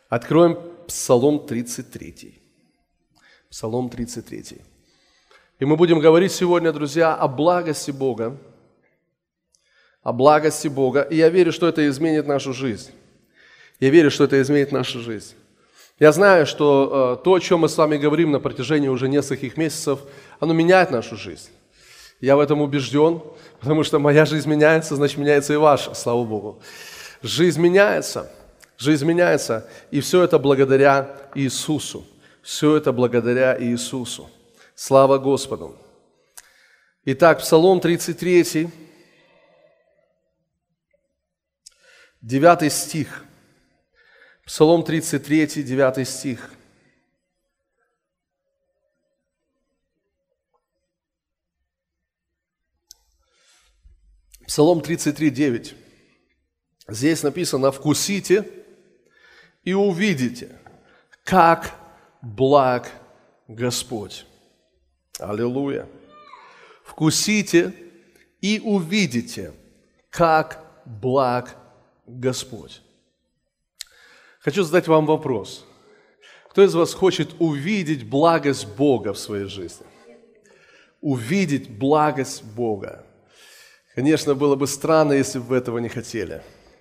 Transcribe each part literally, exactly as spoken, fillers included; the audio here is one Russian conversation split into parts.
Откроем Псалом тридцать три. Псалом тридцать три. И мы будем говорить сегодня, друзья, о благости Бога. О благости Бога. И я верю, что это изменит нашу жизнь. Я верю, что это изменит нашу жизнь. Я знаю, что э, то, о чем мы с вами говорим на протяжении уже нескольких месяцев, оно меняет нашу жизнь. Я в этом убежден, потому что моя жизнь меняется, значит, меняется и ваша, слава Богу. Жизнь меняется, жизнь меняется, и все это благодаря Иисусу. Все это благодаря Иисусу. Слава Господу. Итак, Псалом тридцать три, девятый стих. Псалом тридцать три, девятый стих. Псалом тридцать три, девять. Здесь написано: «Вкусите и увидите, как благ Господь». Аллилуйя. «Вкусите и увидите, как благ Господь». Хочу задать вам вопрос. Кто из вас хочет увидеть благость Бога в своей жизни? Увидеть благость Бога. Конечно, было бы странно, если бы вы этого не хотели.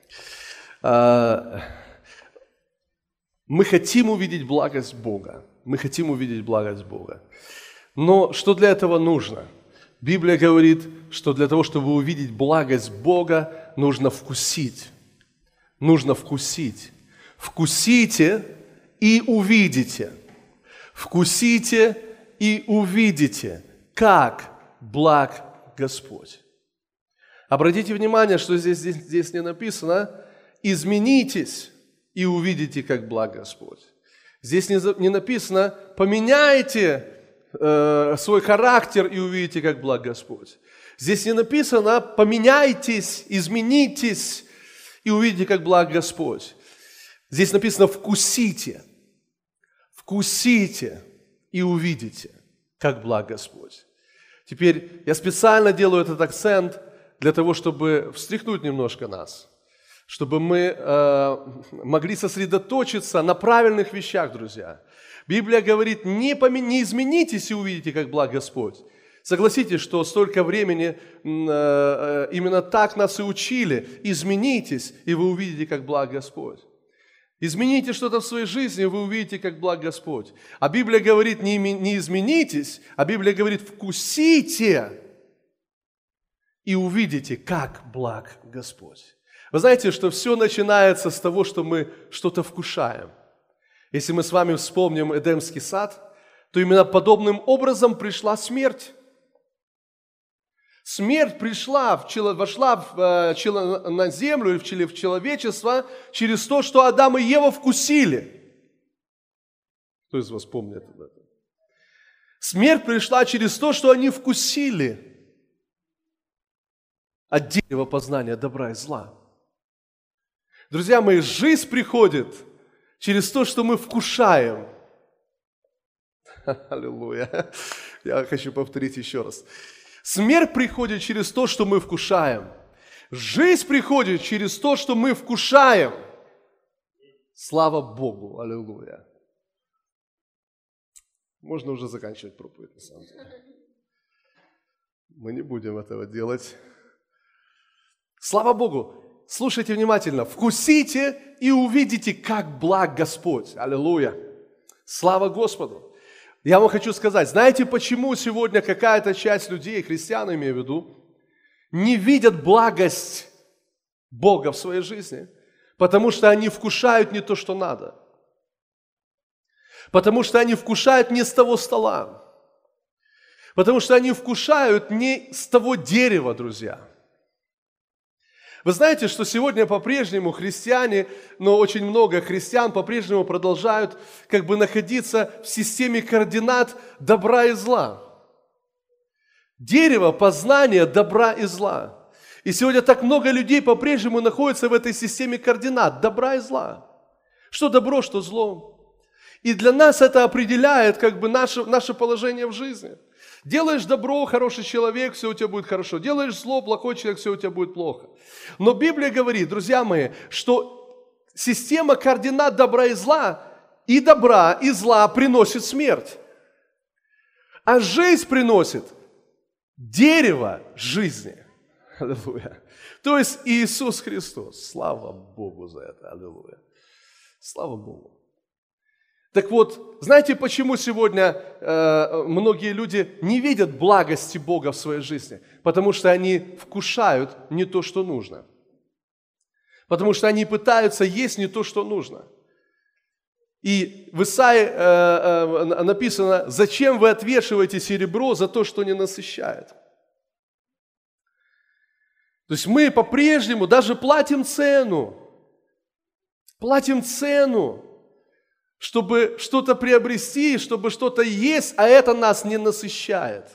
Мы хотим увидеть благость Бога. Мы хотим увидеть благость Бога. Но что для этого нужно? Библия говорит, что для того, чтобы увидеть благость Бога, нужно вкусить. Нужно вкусить. Вкусите и увидите. Вкусите и увидите, как благ Господь. Обратите внимание, что здесь, здесь, здесь не написано: изменитесь и увидите, как благ Господь. Здесь не, не написано: поменяйте э, свой характер и увидите, как благ Господь. Здесь не написано: поменяйтесь, изменитесь и увидите, как благ Господь. Здесь написано: вкусите, вкусите и увидите, как благ Господь. Теперь я специально делаю этот акцент для того, чтобы встряхнуть немножко нас, чтобы мы э, могли сосредоточиться на правильных вещах, друзья. Библия говорит: не, помен... не изменитесь и увидите, как благ Господь. Согласитесь, что столько времени э, именно так нас и учили. Изменитесь, и вы увидите, как благ Господь. Измените что-то в своей жизни, и вы увидите, как благ Господь. А Библия говорит: не, не изменитесь, а Библия говорит: вкусите и увидите, как благ Господь. Вы знаете, что все начинается с того, что мы что-то вкушаем. Если мы с вами вспомним Эдемский сад, то именно подобным образом пришла смерть. Смерть пришла, вошла в, на землю или в человечество через то, что Адам и Ева вкусили. Кто из вас помнит об этом? Смерть пришла через то, что они вкусили от дерева познания добра и зла. Друзья мои, жизнь приходит через то, что мы вкушаем. Аллилуйя. Я хочу повторить еще раз. Смерть приходит через то, что мы вкушаем. Жизнь приходит через то, что мы вкушаем. Слава Богу. Аллилуйя. Можно уже заканчивать проповедь, на самом деле. Мы не будем этого делать. Слава Богу. Слушайте внимательно. Вкусите и увидите, как благ Господь. Аллилуйя. Слава Господу. Я вам хочу сказать, знаете, почему сегодня какая-то часть людей, христиан, имею в виду, не видят благость Бога в своей жизни? Потому что они вкушают не то, что надо. Потому что они вкушают не с того стола. Потому что они вкушают не с того дерева, друзья. Вы знаете, что сегодня по-прежнему христиане, но очень много христиан по-прежнему продолжают как бы находиться в системе координат добра и зла. Дерево познания добра и зла. И сегодня так много людей по-прежнему находятся в этой системе координат добра и зла. Что добро, что зло. И для нас это определяет как бы наше, наше положение в жизни. Делаешь добро, хороший человек, все у тебя будет хорошо. Делаешь зло, плохой человек, все у тебя будет плохо. Но Библия говорит, друзья мои, что система координат добра и зла, и добра, и зла приносит смерть. А жизнь приносит дерево жизни. Аллилуйя. То есть Иисус Христос. Слава Богу за это. Аллилуйя. Слава Богу. Так вот, знаете, почему сегодня э, многие люди не видят благости Бога в своей жизни? Потому что они вкушают не то, что нужно. Потому что они пытаются есть не то, что нужно. И в Исаии э, э, написано: «Зачем вы отвешиваете серебро за то, что не насыщает?» То есть мы по-прежнему даже платим цену, платим цену, чтобы что-то приобрести, чтобы что-то есть, а это нас не насыщает.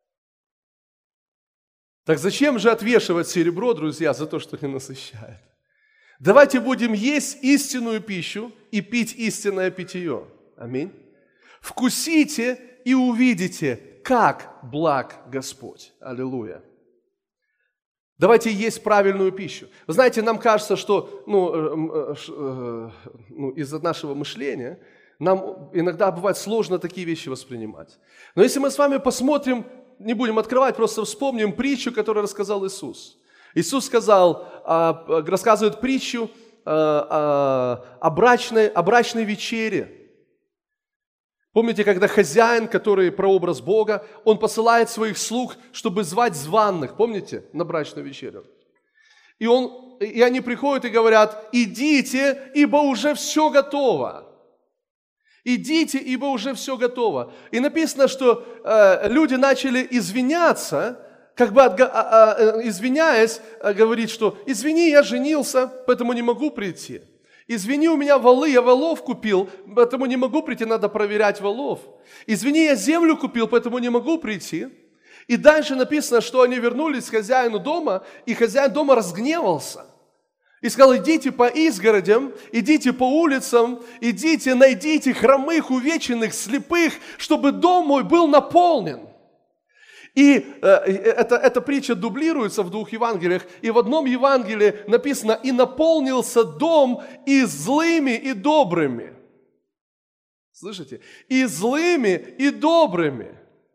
Так зачем же отвешивать серебро, друзья, за то, что не насыщает? Давайте будем есть истинную пищу и пить истинное питье. Аминь. Вкусите и увидите, как благ Господь. Аллилуйя. Давайте есть правильную пищу. Вы знаете, нам кажется, что ну, ну, из-за нашего мышления нам иногда бывает сложно такие вещи воспринимать. Но если мы с вами посмотрим, не будем открывать, просто вспомним притчу, которую рассказал Иисус. Иисус сказал, рассказывает притчу о брачной, о брачной вечере. Помните, когда хозяин, который прообраз Бога, он посылает своих слуг, чтобы звать званых, помните, на брачную вечерю? И, он, и они приходят и говорят: идите, ибо уже все готово. Идите, ибо уже все готово. И написано, что э, люди начали извиняться, как бы отга- а, а, извиняясь, говорит, что извини, я женился, поэтому не могу прийти. Извини, у меня валы, я валов купил, поэтому не могу прийти, надо проверять валов. Извини, я землю купил, поэтому не могу прийти. И дальше написано, что они вернулись к хозяину дома, и хозяин дома разгневался. И сказал: идите по изгородям, идите по улицам, идите, найдите хромых, увеченных, слепых, чтобы дом мой был наполнен. И э, это, эта притча дублируется в двух Евангелиях. И в одном Евангелии написано: «И наполнился дом и злыми, и добрыми». Слышите? И злыми, и добрыми.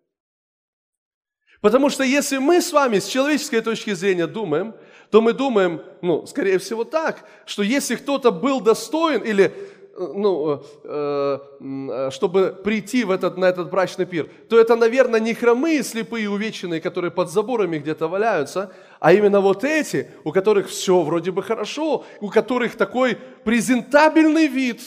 Потому что если мы с вами с человеческой точки зрения думаем, то мы думаем, ну, скорее всего так, что если кто-то был достоин или... ну, чтобы прийти в этот, на этот брачный пир, то это, наверное, не хромые, слепые, увеченные, которые под заборами где-то валяются, а именно вот эти, у которых все вроде бы хорошо, у которых такой презентабельный вид.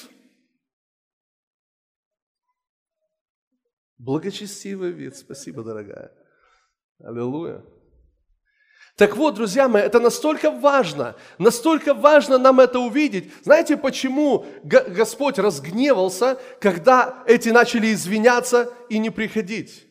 Благочестивый вид. Спасибо, дорогая. Аллилуйя. Так вот, друзья мои, это настолько важно, настолько важно нам это увидеть. Знаете, почему Господь разгневался, когда эти начали извиняться и не приходить?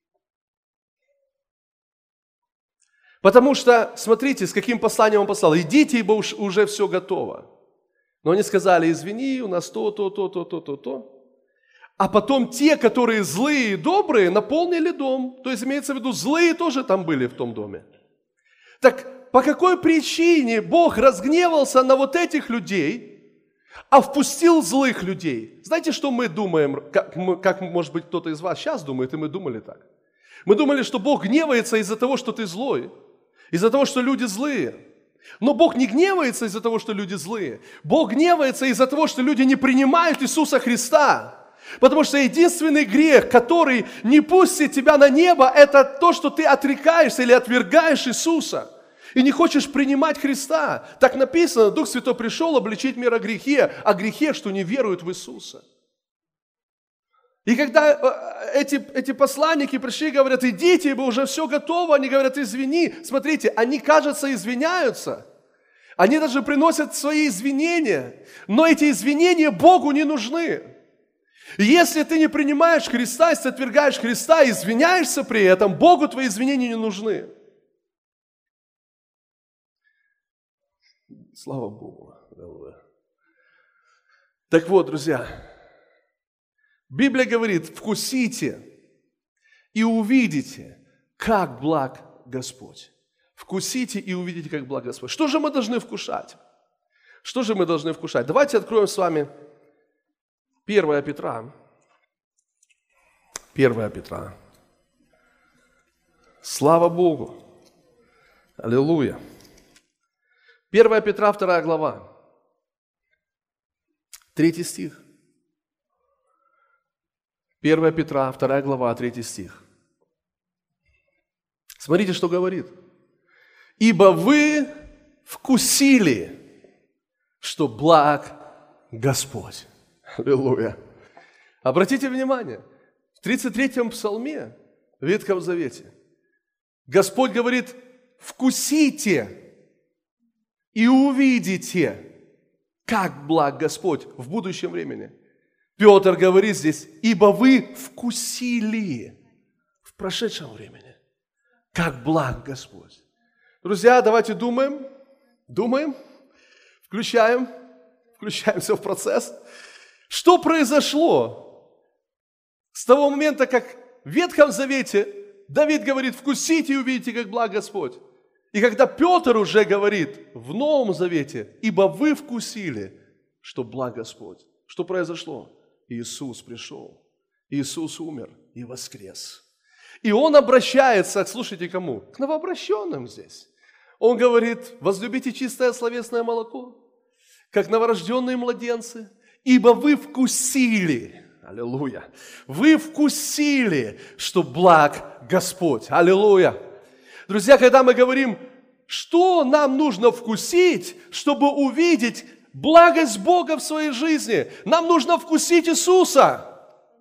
Потому что, смотрите, с каким посланием Он послал. Идите, ибо уж уже все готово. Но они сказали: извини, у нас то, то, то, то, то, то, то. А потом те, которые злые и добрые, наполнили дом. То есть, имеется в виду, злые тоже там были в том доме. Так по какой причине Бог разгневался на вот этих людей, а впустил злых людей? Знаете, что мы думаем, как, мы, как может быть кто-то из вас сейчас думает, и мы думали так. Мы думали, что Бог гневается из-за того, что ты злой, из-за того, что люди злые. Но Бог не гневается из-за того, что люди злые. Бог гневается из-за того, что люди не принимают Иисуса Христа. Потому что единственный грех, который не пустит тебя на небо, это то, что ты отрекаешься или отвергаешь Иисуса и не хочешь принимать Христа. Так написано: Дух Святой пришел обличить мир о грехе, о грехе, что не веруют в Иисуса. И когда эти, эти посланники пришли и говорят: идите, ибо уже все готово, они говорят: извини. Смотрите, они, кажется, извиняются. Они даже приносят свои извинения, но эти извинения Богу не нужны. Если ты не принимаешь Христа, если отвергаешь Христа и извиняешься при этом, Богу твои извинения не нужны. Слава Богу. Так вот, друзья, Библия говорит: вкусите и увидите, как благ Господь. Вкусите и увидите, как благ Господь. Что же мы должны вкушать? Что же мы должны вкушать? Давайте откроем с вами первое Петра. первое Петра. Слава Богу! Аллилуйя! первое Петра, вторая глава. Третий стих. первое Петра, вторая глава, третий стих. Смотрите, что говорит. «Ибо вы вкусили, что благ Господь». Аллилуйя. Обратите внимание, в тридцать третьем псалме в Ветхом Завете Господь говорит: «Вкусите и увидите, как благ Господь» в будущем времени. Петр говорит здесь: «Ибо вы вкусили» в прошедшем времени, как благ Господь. Друзья, давайте думаем, думаем, включаем, включаемся в процесс. Что произошло с того момента, как в Ветхом Завете Давид говорит: «Вкусите и увидите, как благ Господь». И когда Петр уже говорит в Новом Завете: «Ибо вы вкусили, что благ Господь». Что произошло? Иисус пришел, Иисус умер и воскрес. И Он обращается, слушайте, кому? К новообращенным здесь. Он говорит: «Возлюбите чистое словесное молоко, как новорожденные младенцы, ибо вы вкусили». Аллилуйя. Вы вкусили, что благ Господь. Аллилуйя. Друзья, когда мы говорим, что нам нужно вкусить, чтобы увидеть благость Бога в своей жизни, нам нужно вкусить Иисуса.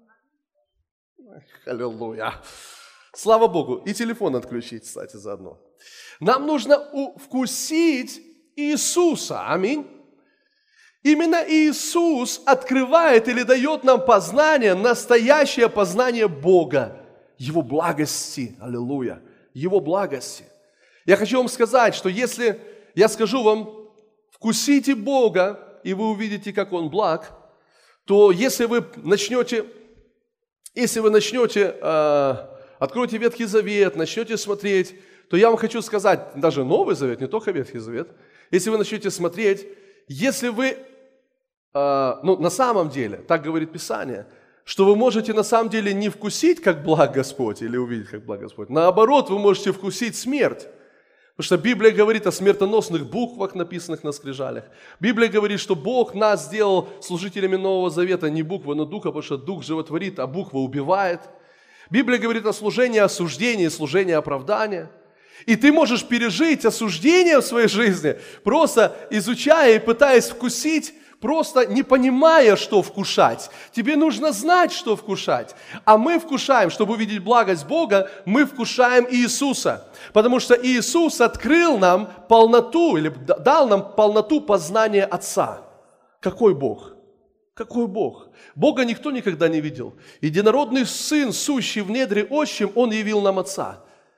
Аллилуйя. Слава Богу. И телефон отключить, кстати, заодно. Нам нужно вкусить Иисуса. Аминь. Именно Иисус открывает или дает нам познание, настоящее познание Бога, Его благости. Аллилуйя. Его благости. Я хочу вам сказать, что если я скажу вам: вкусите Бога, и вы увидите, как Он благ, то если вы начнете, если вы начнете, э, откроете Ветхий Завет, начнете смотреть, то я вам хочу сказать, даже Новый Завет, не только Ветхий Завет, если вы начнете смотреть, если вы, э, ну, на самом деле, так говорит Писание, что вы можете на самом деле не вкусить, как благ Господь, или увидеть, как благ Господь. Наоборот, вы можете вкусить смерть. Потому что Библия говорит о смертоносных буквах, написанных на скрижалях. Библия говорит, что Бог нас сделал служителями Нового Завета не буквы, но духа, потому что дух животворит, а буква убивает. Библия говорит о служении осуждения и служении оправдания. И ты можешь пережить осуждение в своей жизни, просто изучая и пытаясь вкусить, просто не понимая, что вкушать. Тебе нужно знать, что вкушать. А мы вкушаем, чтобы увидеть благость Бога, мы вкушаем Иисуса. Потому что Иисус открыл нам полноту, или дал нам полноту познания Отца. Какой Бог? Какой Бог? Бога никто никогда не видел. Единородный Сын, сущий в недре отчим, Он явил нам Отца.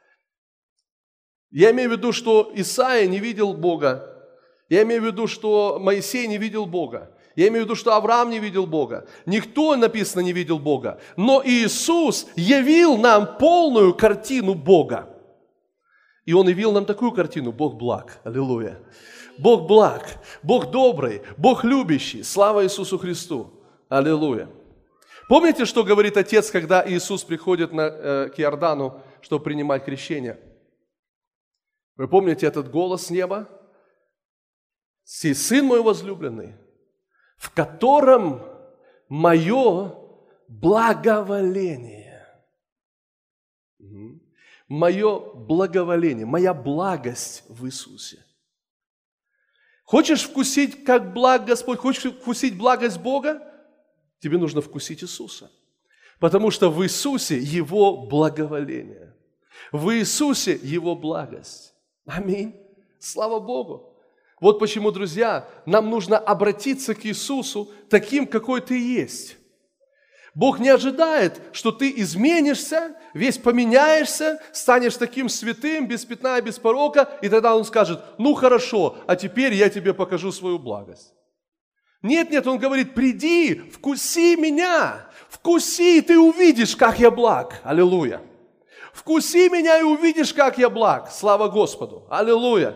Я имею в виду, что Исаия не видел Бога. Я имею в виду, что Моисей не видел Бога. Я имею в виду, что Авраам не видел Бога. Никто, написано, не видел Бога. Но Иисус явил нам полную картину Бога. И Он явил нам такую картину: Бог благ. Аллилуйя. Бог благ, Бог добрый, Бог любящий. Слава Иисусу Христу. Аллилуйя. Помните, что говорит Отец, когда Иисус приходит на, э, к Иордану, чтобы принимать крещение? Вы помните этот голос с неба? «Сей Сын мой возлюбленный, в котором мое благоволение». Угу. Мое благоволение, моя благость в Иисусе. Хочешь вкусить, как благ Господь, хочешь вкусить благость Бога? Тебе нужно вкусить Иисуса. Потому что в Иисусе Его благоволение. В Иисусе Его благость. Аминь. Слава Богу. Вот почему, друзья, нам нужно обратиться к Иисусу таким, какой ты есть. Бог не ожидает, что ты изменишься, весь поменяешься, станешь таким святым, без пятна и без порока, и тогда Он скажет: ну хорошо, а теперь я тебе покажу свою благость. Нет, нет, Он говорит: приди, вкуси меня, вкуси, и ты увидишь, как я благ. Аллилуйя. Вкуси меня и увидишь, как я благ. Слава Господу. Аллилуйя.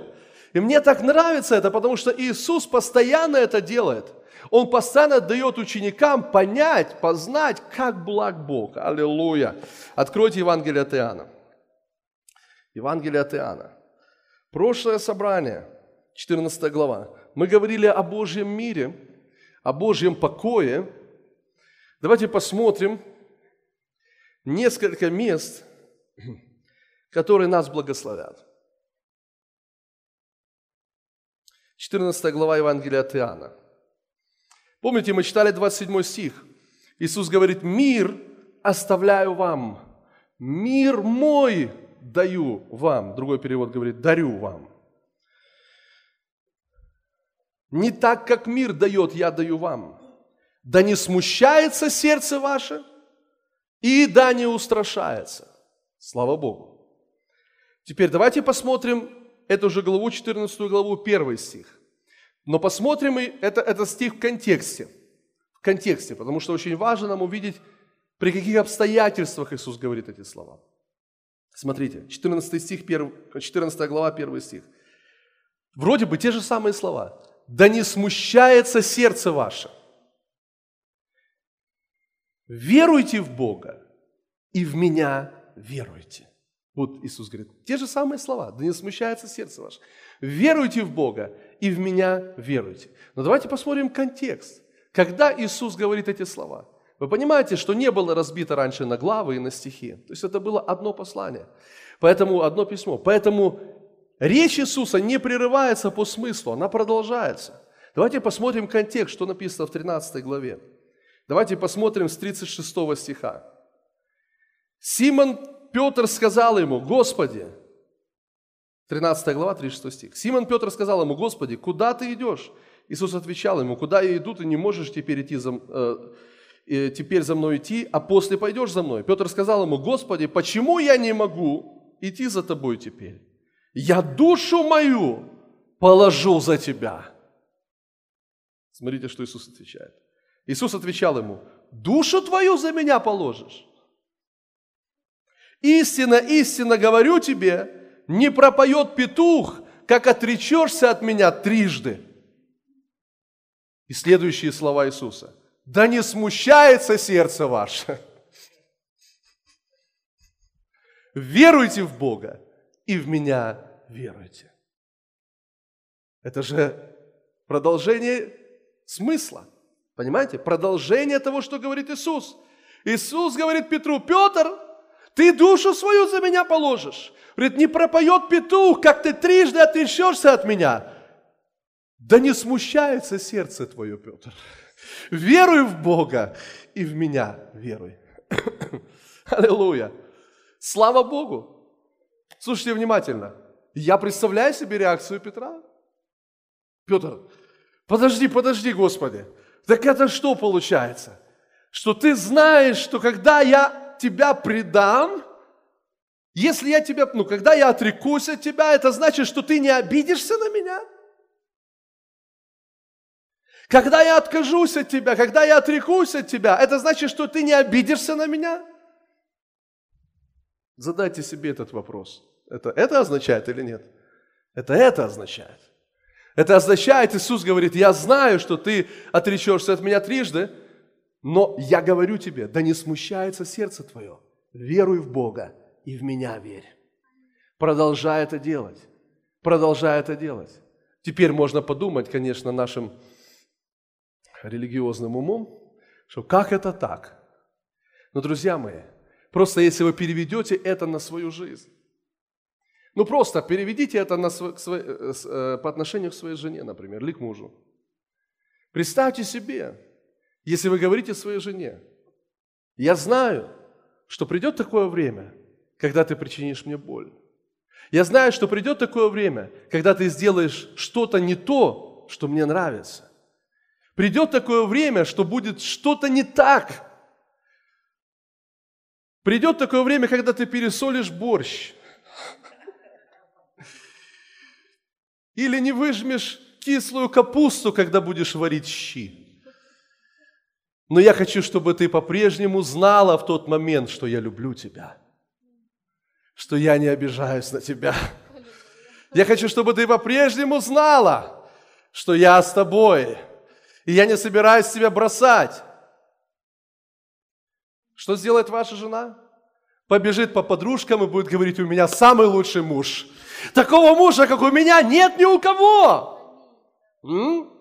И мне так нравится это, потому что Иисус постоянно это делает. Он постоянно дает ученикам понять, познать, как благ Бог. Аллилуйя. Откройте Евангелие от Иоанна. Евангелие от Иоанна. Прошлое собрание, четырнадцатая глава. Мы говорили о Божьем мире, о Божьем покое. Давайте посмотрим несколько мест, которые нас благословят. четырнадцатая глава Евангелия от Иоанна. Помните, мы читали двадцать седьмой стих. Иисус говорит: «Мир оставляю вам, мир мой даю вам». Другой перевод говорит: «дарю вам». «Не так, как мир дает, я даю вам. Да не смущается сердце ваше, и да не устрашается». Слава Богу. Теперь давайте посмотрим эту же главу, четырнадцатую главу, первый стих. Но посмотрим это, этот стих в контексте. В контексте, потому что очень важно нам увидеть, при каких обстоятельствах Иисус говорит эти слова. Смотрите, четырнадцатый стих, четырнадцатая глава, первый стих. Вроде бы те же самые слова. «Да не смущается сердце ваше. Веруйте в Бога, и в Меня веруйте». Вот Иисус говорит, те же самые слова. «Да не смущается сердце ваше. Веруйте в Бога, и в Меня веруйте». Но давайте посмотрим контекст. Когда Иисус говорит эти слова, вы понимаете, что не было разбито раньше на главы и на стихи. То есть это было одно послание, поэтому одно письмо. Поэтому речь Иисуса не прерывается по смыслу, она продолжается. Давайте посмотрим контекст, что написано в тринадцатой главе. Давайте посмотрим с тридцать шестого стиха. Симон Петр сказал ему: «Господи», тринадцатая глава, тридцать шестой стих. Симон Петр сказал ему: «Господи, куда ты идешь?» Иисус отвечал ему: «Куда я иду, ты не можешь теперь, идти за, э, теперь за мной идти, а после пойдешь за мной». Петр сказал ему: «Господи, почему я не могу идти за тобой теперь? Я душу мою положу за тебя». Смотрите, что Иисус отвечает. Иисус отвечал ему: «Душу твою за меня положишь? Истинно, истинно говорю тебе, не пропоет петух, как отречешься от меня трижды». И следующие слова Иисуса: «Да не смущается сердце ваше. Веруйте в Бога, и в Меня веруйте». Это же продолжение смысла. Понимаете? Продолжение того, что говорит Иисус. Иисус говорит Петру: «Петр, ты душу свою за меня положишь. Говорит, не пропоет петух, как ты трижды отречешься от меня. Да не смущается сердце твое, Петр. Веруй в Бога и в Меня веруй». Аллилуйя. Слава Богу. Слушайте внимательно. Я представляю себе реакцию Петра. Петр: подожди, подожди, Господи. Так это что получается? Что ты знаешь, что когда я тебя предам, если я тебя, ну, когда я отрекусь от тебя, это значит, что ты не обидишься на меня? Когда я откажусь от тебя, когда я отрекусь от тебя, это значит, что ты не обидишься на меня? Задайте себе этот вопрос. Это, это означает или нет? Это это означает. Это означает, Иисус говорит: «Я знаю, что ты отречешься от меня трижды, но я говорю тебе, да не смущается сердце твое. Веруй в Бога и в Меня верь». Продолжай это делать. Продолжай это делать. Теперь можно подумать, конечно, нашим религиозным умом, что как это так? Но, друзья мои, просто если вы переведете это на свою жизнь, ну просто переведите это на свой, свой, по отношению к своей жене, например, или к мужу. Представьте себе, если вы говорите своей жене: «Я знаю, что придет такое время, когда ты причинишь мне боль. Я знаю, что придет такое время, когда ты сделаешь что-то не то, что мне нравится. Придет такое время, что будет что-то не так. Придет такое время, когда ты пересолишь борщ. Или не выжмешь кислую капусту, когда будешь варить щи. Но я хочу, чтобы ты по-прежнему знала в тот момент, что я люблю тебя, что я не обижаюсь на тебя, Я хочу, чтобы ты по-прежнему знала, что я с тобой, и я не собираюсь тебя бросать. Что сделает ваша жена? Побежит по подружкам и будет говорить: у меня самый лучший муж. Такого мужа, как у меня, нет ни у кого. М?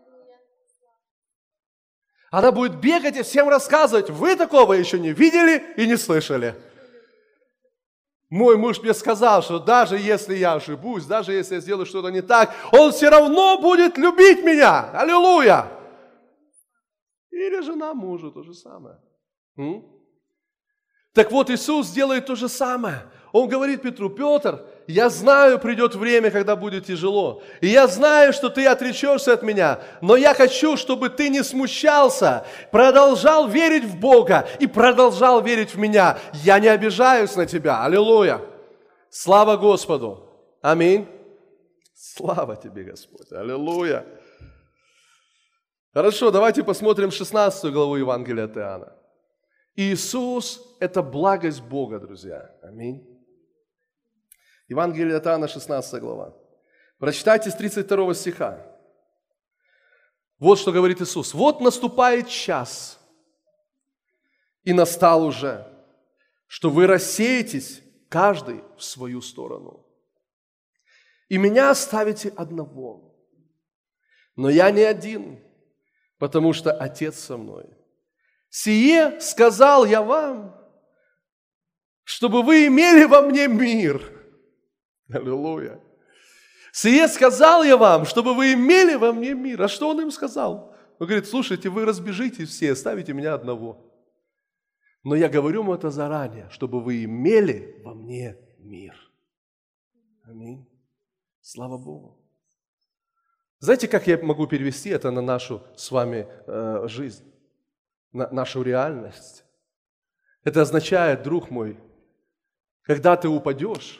Она будет бегать и всем рассказывать: вы такого еще не видели и не слышали. Мой муж мне сказал, что даже если я ошибусь, даже если я сделаю что-то не так, он все равно будет любить меня. Аллилуйя! Или жена мужу то же самое. М? Так вот, Иисус делает то же самое. Он говорит Петру: Петр, я знаю, придет время, когда будет тяжело. И я знаю, что ты отречешься от меня. Но я хочу, чтобы ты не смущался, продолжал верить в Бога и продолжал верить в меня. Я не обижаюсь на тебя. Аллилуйя. Слава Господу. Аминь. Слава тебе, Господь. Аллилуйя. Хорошо, давайте посмотрим шестнадцатую главу Евангелия от Иоанна. Иисус – это благость Бога, друзья. Аминь. Евангелие от Иоанна, шестнадцатая глава. Прочитайте с тридцать второго стиха. Вот что говорит Иисус. «Вот наступает час, и настал уже, что вы рассеетесь, каждый в свою сторону, и меня оставите одного. Но я не один, потому что Отец со мной. Сие сказал я вам, чтобы вы имели во мне мир». Аллилуйя. «Сие сказал я вам, чтобы вы имели во мне мир». А что он им сказал? Он говорит: слушайте, вы разбежитесь все, оставите меня одного. Но я говорю вам это заранее, чтобы вы имели во мне мир. Аминь. Слава Богу. Знаете, как я могу перевести это на нашу с вами э, жизнь? На нашу реальность. Это означает, друг мой, когда ты упадешь,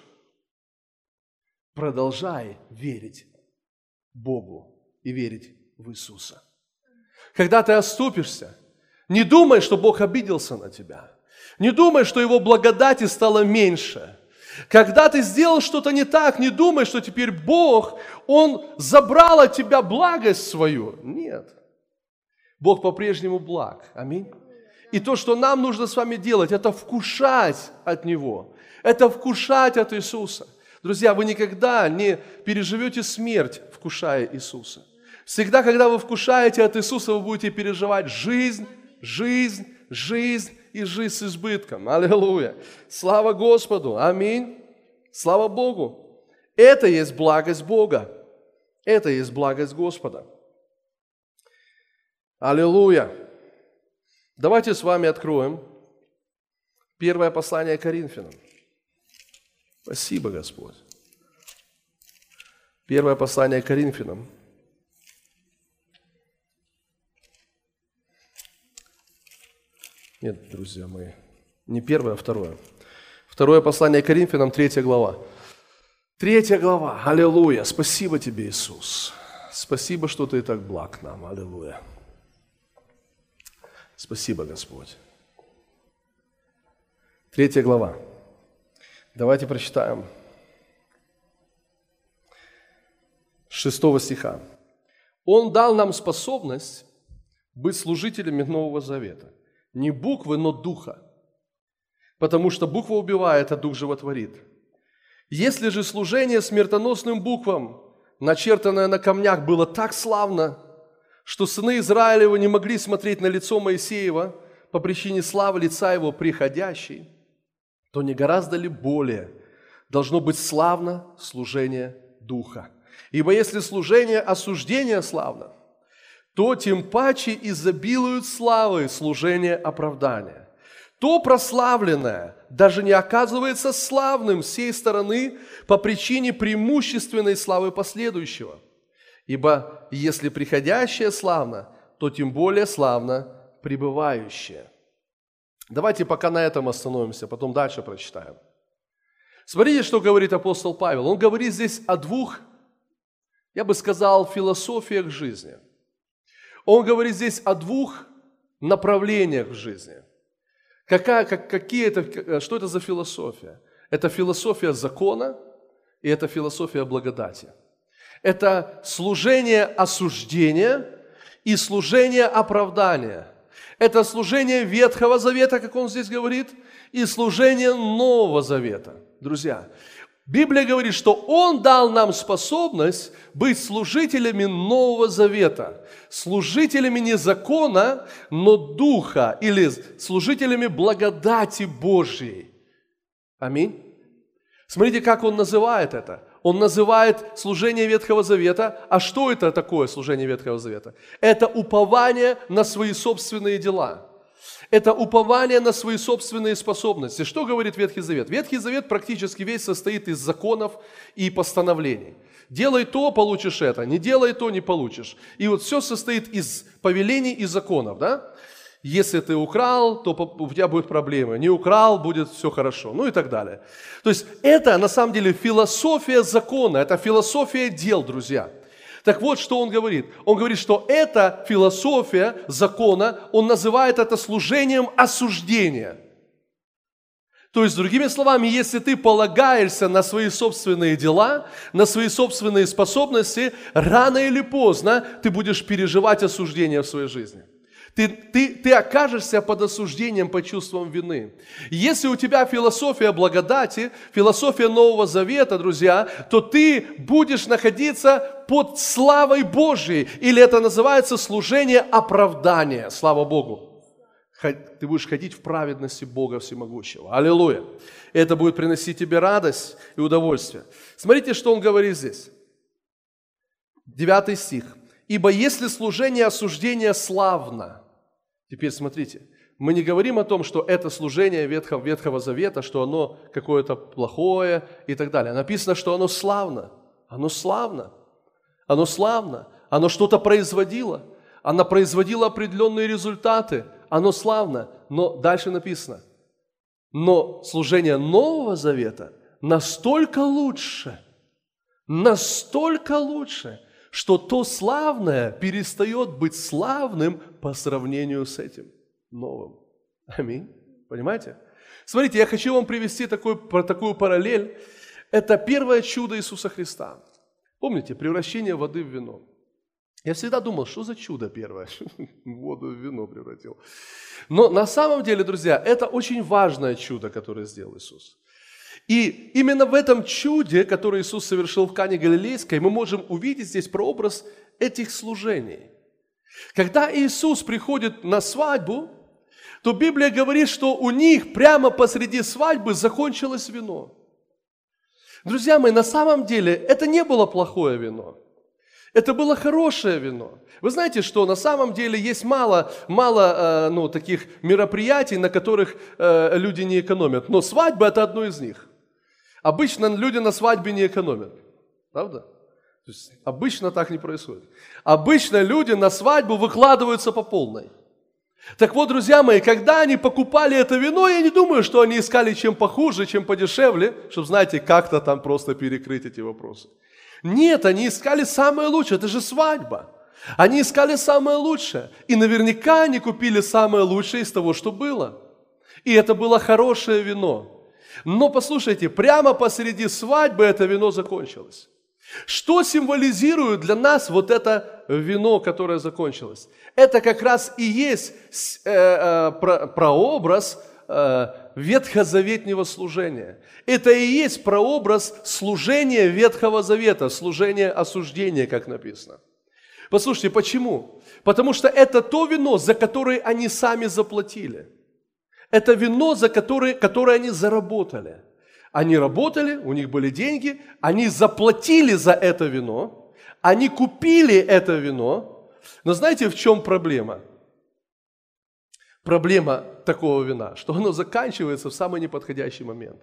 продолжай верить Богу и верить в Иисуса. Когда ты оступишься, не думай, что Бог обиделся на тебя. Не думай, что Его благодати стало меньше. Когда ты сделал что-то не так, не думай, что теперь Бог, Он забрал от тебя благость свою. Нет. Бог по-прежнему благ. Аминь. И то, что нам нужно с вами делать, это вкушать от Него. Это вкушать от Иисуса. Друзья, вы никогда не переживете смерть, вкушая Иисуса. Всегда, когда вы вкушаете от Иисуса, вы будете переживать жизнь, жизнь, жизнь и жизнь с избытком. Аллилуйя. Слава Господу. Аминь. Слава Богу. Это есть благость Бога. Это есть благость Господа. Аллилуйя. Давайте с вами откроем первое послание Коринфянам. Спасибо, Господь. Первое послание Коринфянам. Нет, друзья мои, не первое, а второе. Второе послание Коринфянам, третья глава. Третья глава. Аллилуйя. Спасибо тебе, Иисус. Спасибо, что ты так благ нам. Аллилуйя. Спасибо, Господь. Третья глава. Давайте прочитаем. С шестого стиха. «Он дал нам способность быть служителями Нового Завета. Не буквы, но духа. Потому что буква убивает, а дух животворит. Если же служение смертоносным буквам, начертанное на камнях, было так славно, что сыны Израилева не могли смотреть на лицо Моисеева по причине славы лица его приходящей, то не гораздо ли более должно быть славно служение Духа? Ибо если служение осуждения славно, то тем паче изобилуют славы служение оправдания. То прославленное даже не оказывается славным с сей стороны по причине преимущественной славы последующего. Ибо если приходящее славно, то тем более славно пребывающее». Давайте пока на этом остановимся, потом дальше прочитаем. Смотрите, что говорит апостол Павел. Он говорит здесь о двух, я бы сказал, философиях жизни. Он говорит здесь о двух направлениях в жизни. Какая, как, какие это, что это за философия? Это философия закона и это философия благодати. Это служение осуждения и служение оправдания. Это служение Ветхого Завета, как он здесь говорит, и служение Нового Завета. Друзья, Библия говорит, что Он дал нам способность быть служителями Нового Завета, служителями не закона, но Духа, или служителями благодати Божьей. Аминь. Смотрите, как Он называет это. Он называет служение Ветхого Завета. А что это такое служение Ветхого Завета? Это упование на свои собственные дела. Это упование на свои собственные способности. Что говорит Ветхий Завет? Ветхий Завет практически весь состоит из законов и постановлений. Делай то, получишь это. Не делай то, не получишь. И вот все состоит из повелений и законов, да? Если ты украл, то у тебя будут проблемы. Не украл, будет все хорошо. Ну и так далее. То есть это на самом деле философия закона, это философия дел, друзья. Так вот, что он говорит. Он говорит, что эта философия закона, он называет это служением осуждения. То есть, другими словами, если ты полагаешься на свои собственные дела, на свои собственные способности, рано или поздно ты будешь переживать осуждение в своей жизни. Ты, ты, ты окажешься под осуждением по чувствам вины. Если у тебя философия благодати, философия Нового Завета, друзья, то ты будешь находиться под славой Божьей. Или это называется служение оправдания. Слава Богу. Ты будешь ходить в праведности Бога Всемогущего. Аллилуйя. Это будет приносить тебе радость и удовольствие. Смотрите, что он говорит здесь. Девятый стих. «Ибо если служение осуждения славно». Теперь смотрите, мы не говорим о том, что это служение Ветхого, Ветхого Завета, что оно какое-то плохое и так далее. Написано, что оно славно. Оно славно. Оно славно. Оно что-то производило. Оно производило определенные результаты. Оно славно. Но дальше написано. Но служение Нового Завета настолько лучше, настолько лучше, что то славное перестает быть славным по сравнению с этим новым. Аминь. Понимаете? Смотрите, я хочу вам привести такой, такую параллель. Это первое чудо Иисуса Христа. Помните, превращение воды в вино. Я всегда думал, что за чудо первое? Воду в вино превратил. Но на самом деле, друзья, это очень важное чудо, которое сделал Иисус. И именно в этом чуде, которое Иисус совершил в Кане Галилейской, мы можем увидеть здесь прообраз этих служений. Когда Иисус приходит на свадьбу, то Библия говорит, что у них прямо посреди свадьбы закончилось вино. Друзья мои, на самом деле это не было плохое вино. Это было хорошее вино. Вы знаете, что на самом деле есть мало, мало э, ну, таких мероприятий, на которых э, люди не экономят. Но свадьба – это одно из них. Обычно люди на свадьбе не экономят. Правда? То есть обычно так не происходит. Обычно люди на свадьбу выкладываются по полной. Так вот, друзья мои, когда они покупали это вино, я не думаю, что они искали чем похуже, чем подешевле, чтобы, знаете, как-то там просто перекрыть эти вопросы. Нет, они искали самое лучшее, это же свадьба. Они искали самое лучшее. И наверняка они купили самое лучшее из того, что было. И это было хорошее вино. Но послушайте, прямо посреди свадьбы это вино закончилось. Что символизирует для нас вот это вино, которое закончилось? Это как раз и есть э, э, про, прообраз э, ветхозаветнего служения. Это и есть прообраз служения Ветхого Завета, служения осуждения, как написано. Послушайте, почему? Потому что это то вино, за которое они сами заплатили. Это вино, за которое, которое они заработали. Они работали, у них были деньги, они заплатили за это вино, они купили это вино. Но знаете, в чем проблема? Проблема такого вина, что оно заканчивается в самый неподходящий момент.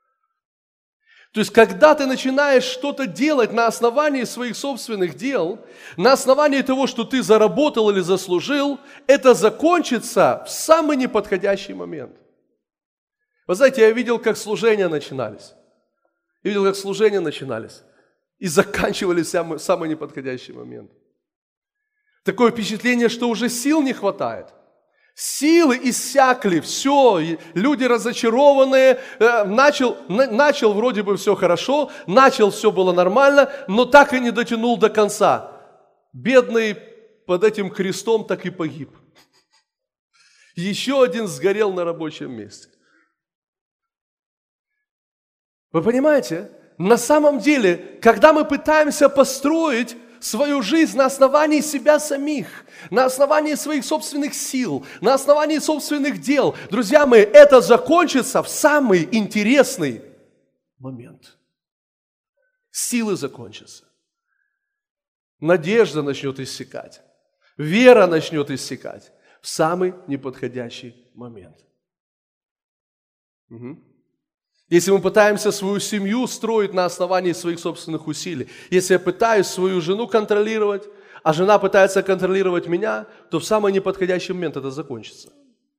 То есть, когда ты начинаешь что-то делать на основании своих собственных дел, на основании того, что ты заработал или заслужил, это закончится в самый неподходящий момент. Вы знаете, я видел, как служения начинались. Я видел, как служения начинались и заканчивались в самый, самый неподходящий момент. Такое впечатление, что уже сил не хватает. Силы иссякли, все, люди разочарованные, начал, начал вроде бы все хорошо, начал все было нормально, но так и не дотянул до конца. Бедный под этим крестом так и погиб. Еще один сгорел на рабочем месте. Вы понимаете, на самом деле, когда мы пытаемся построить свою жизнь на основании себя самих, на основании своих собственных сил, на основании собственных дел, друзья мои, это закончится в самый интересный момент. Силы закончатся. Надежда начнет иссякать. Вера начнет иссякать в самый неподходящий момент. Угу. Если мы пытаемся свою семью строить на основании своих собственных усилий, если я пытаюсь свою жену контролировать, а жена пытается контролировать меня, то в самый неподходящий момент это закончится.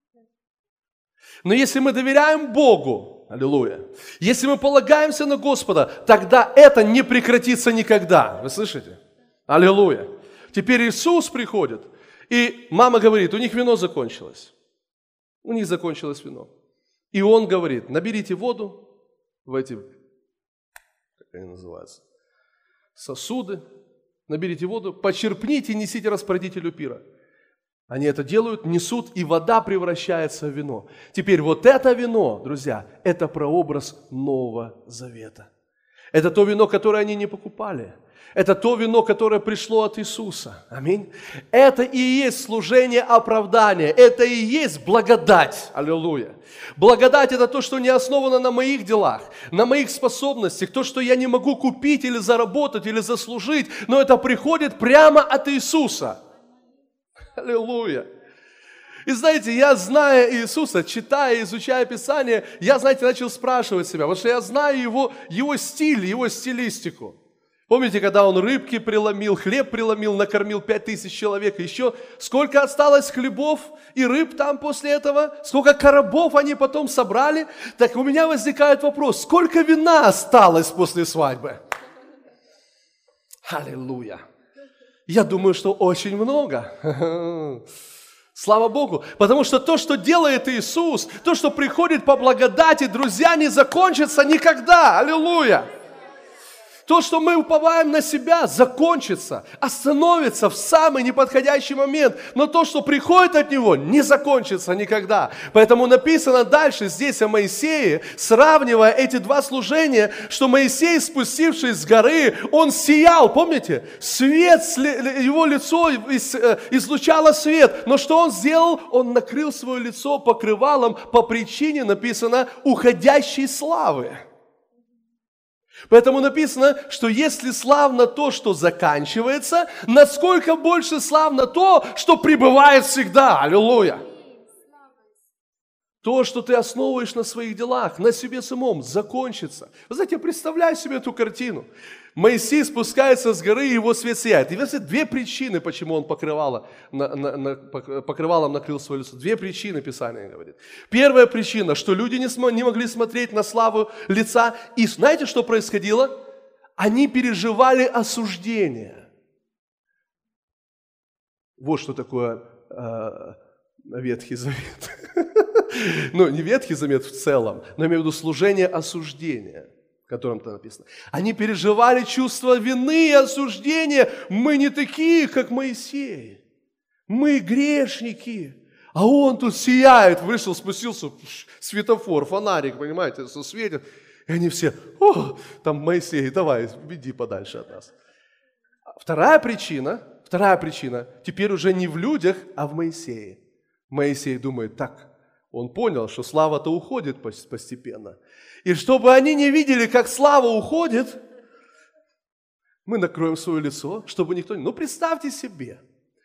Но если мы доверяем Богу, аллилуйя, если мы полагаемся на Господа, тогда это не прекратится никогда. Вы слышите? Аллилуйя. Теперь Иисус приходит, и мама говорит, у них вино закончилось. У них закончилось вино. И Он говорит, наберите воду в эти, как они называются, сосуды, наберите воду, почерпните и несите распорядителю пира. Они это делают, несут, и вода превращается в вино. Теперь вот это вино, друзья, это прообраз Нового Завета. Это то вино, которое они не покупали. Это то вино, которое пришло от Иисуса. Аминь. Это и есть служение оправдания. Это и есть благодать. Аллилуйя. Благодать – это то, что не основано на моих делах, на моих способностях, то, что я не могу купить или заработать, или заслужить, но это приходит прямо от Иисуса. Аллилуйя. И знаете, я, зная Иисуса, читая, изучая Писание, я, знаете, начал спрашивать себя, потому что я знаю его, его стиль, его стилистику. Помните, когда он рыбки преломил, хлеб преломил, накормил пять тысяч человек, еще сколько осталось хлебов и рыб там после этого, сколько коробов они потом собрали, так у меня возникает вопрос, сколько вина осталось после свадьбы? Аллилуйя! Я думаю, что очень много. Слава Богу, потому что то, что делает Иисус, то, что приходит по благодати, друзья, не закончится никогда. Аллилуйя! То, что мы уповаем на себя, закончится, остановится в самый неподходящий момент. Но то, что приходит от Него, не закончится никогда. Поэтому написано дальше здесь о Моисее, сравнивая эти два служения, что Моисей, спустившись с горы, он сиял, помните? Свет, его лицо излучало свет. Но что он сделал? Он накрыл свое лицо покрывалом по причине, написано, уходящей славы. Поэтому написано, что если славно то, что заканчивается, насколько больше славно то, что пребывает всегда. Аллилуйя! То, что ты основываешь на своих делах, на себе самом, закончится. Вы знаете, я представляю себе эту картину. Моисей спускается с горы, и его свет сияет. И знаете, две причины, почему он покрывало, на, на, на, покрывалом накрыл свое лицо. Две причины Писание говорит. Первая причина, что люди не, см, не могли смотреть на славу лица. И знаете, что происходило? Они переживали осуждение. Вот что такое э, Ветхий Завет. Ну, не Ветхий Завет в целом, но я имею в виду служение осуждения, в котором там написано. Они переживали чувство вины и осуждения. Мы не такие, как Моисей. Мы грешники. А он тут сияет, вышел, спустился, светофор, фонарик, понимаете, все светит. И они все, о, там Моисей, давай, веди подальше от нас. Вторая причина, вторая причина, теперь уже не в людях, а в Моисее. Моисей думает, так, он понял, что слава-то уходит постепенно. И чтобы они не видели, как слава уходит, мы накроем свое лицо, чтобы никто не... Ну, представьте себе.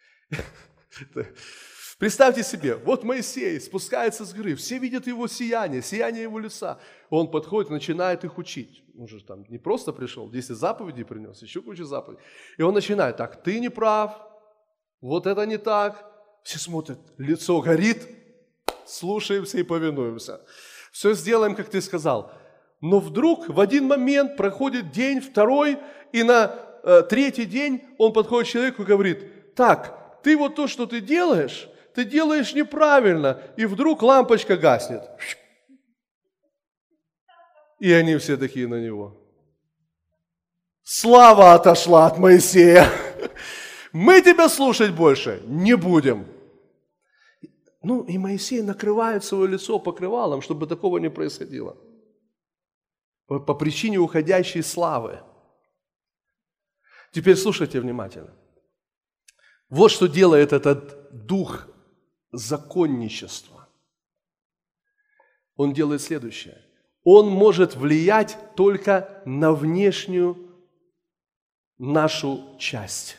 Представьте себе, вот Моисей спускается с горы, все видят его сияние, сияние его лица. Он подходит, начинает их учить. Он же там не просто пришел, десять заповедей принес, еще кучу заповедей. И он начинает, так, ты не прав, вот это не так. Все смотрят, лицо горит, слушаемся и повинуемся. Все сделаем, как ты сказал. Но вдруг в один момент проходит день, второй, и на э, третий день он подходит к человеку и говорит, так, ты вот то, что ты делаешь, ты делаешь неправильно, и вдруг лампочка гаснет. И они все такие на него. Слава отошла от Моисея. Мы тебя слушать больше не будем. Ну, и Моисей накрывает свое лицо покрывалом, чтобы такого не происходило. По, по причине уходящей славы. Теперь слушайте внимательно. Вот что делает этот дух законничества. Он делает следующее. Он может влиять только на внешнюю нашу часть.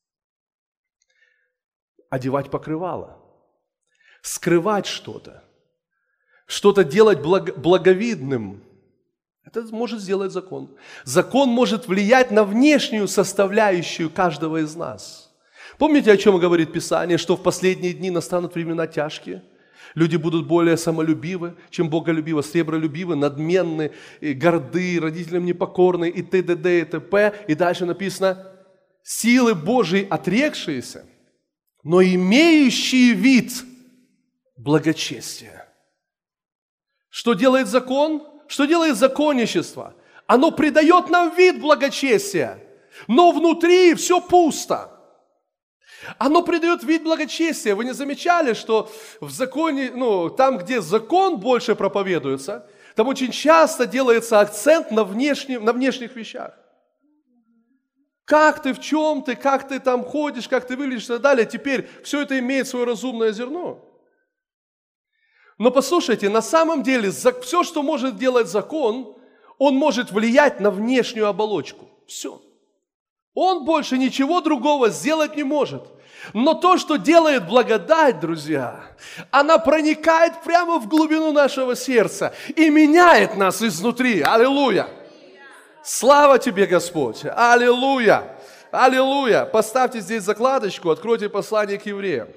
Одевать покрывало. Скрывать что-то. Что-то делать благовидным. Это может сделать закон. Закон может влиять на внешнюю составляющую каждого из нас. Помните, о чем говорит Писание, что в последние дни настанут времена тяжкие? Люди будут более самолюбивы, чем боголюбивы, сребролюбивы, надменны, горды, родителям непокорны и т.д. и т.п. И дальше написано, силы Божьей отрекшиеся, но имеющие вид благочестия. Что делает закон? Что делает законничество? Оно придает нам вид благочестия, но внутри все пусто. Оно придает вид благочестия. Вы не замечали, что в законе, ну, там, где закон больше проповедуется, там очень часто делается акцент на, внешнем, на внешних вещах. Как ты, в чем ты, как ты там ходишь, как ты выглядишь и так далее. Теперь все это имеет свое разумное зерно. Но послушайте, на самом деле все, что может делать закон, он может влиять на внешнюю оболочку. Все. Он больше ничего другого сделать не может. Но то, что делает благодать, друзья, она проникает прямо в глубину нашего сердца и меняет нас изнутри. Аллилуйя! Слава тебе, Господь! Аллилуйя! Аллилуйя! Поставьте здесь закладочку, откройте послание к евреям.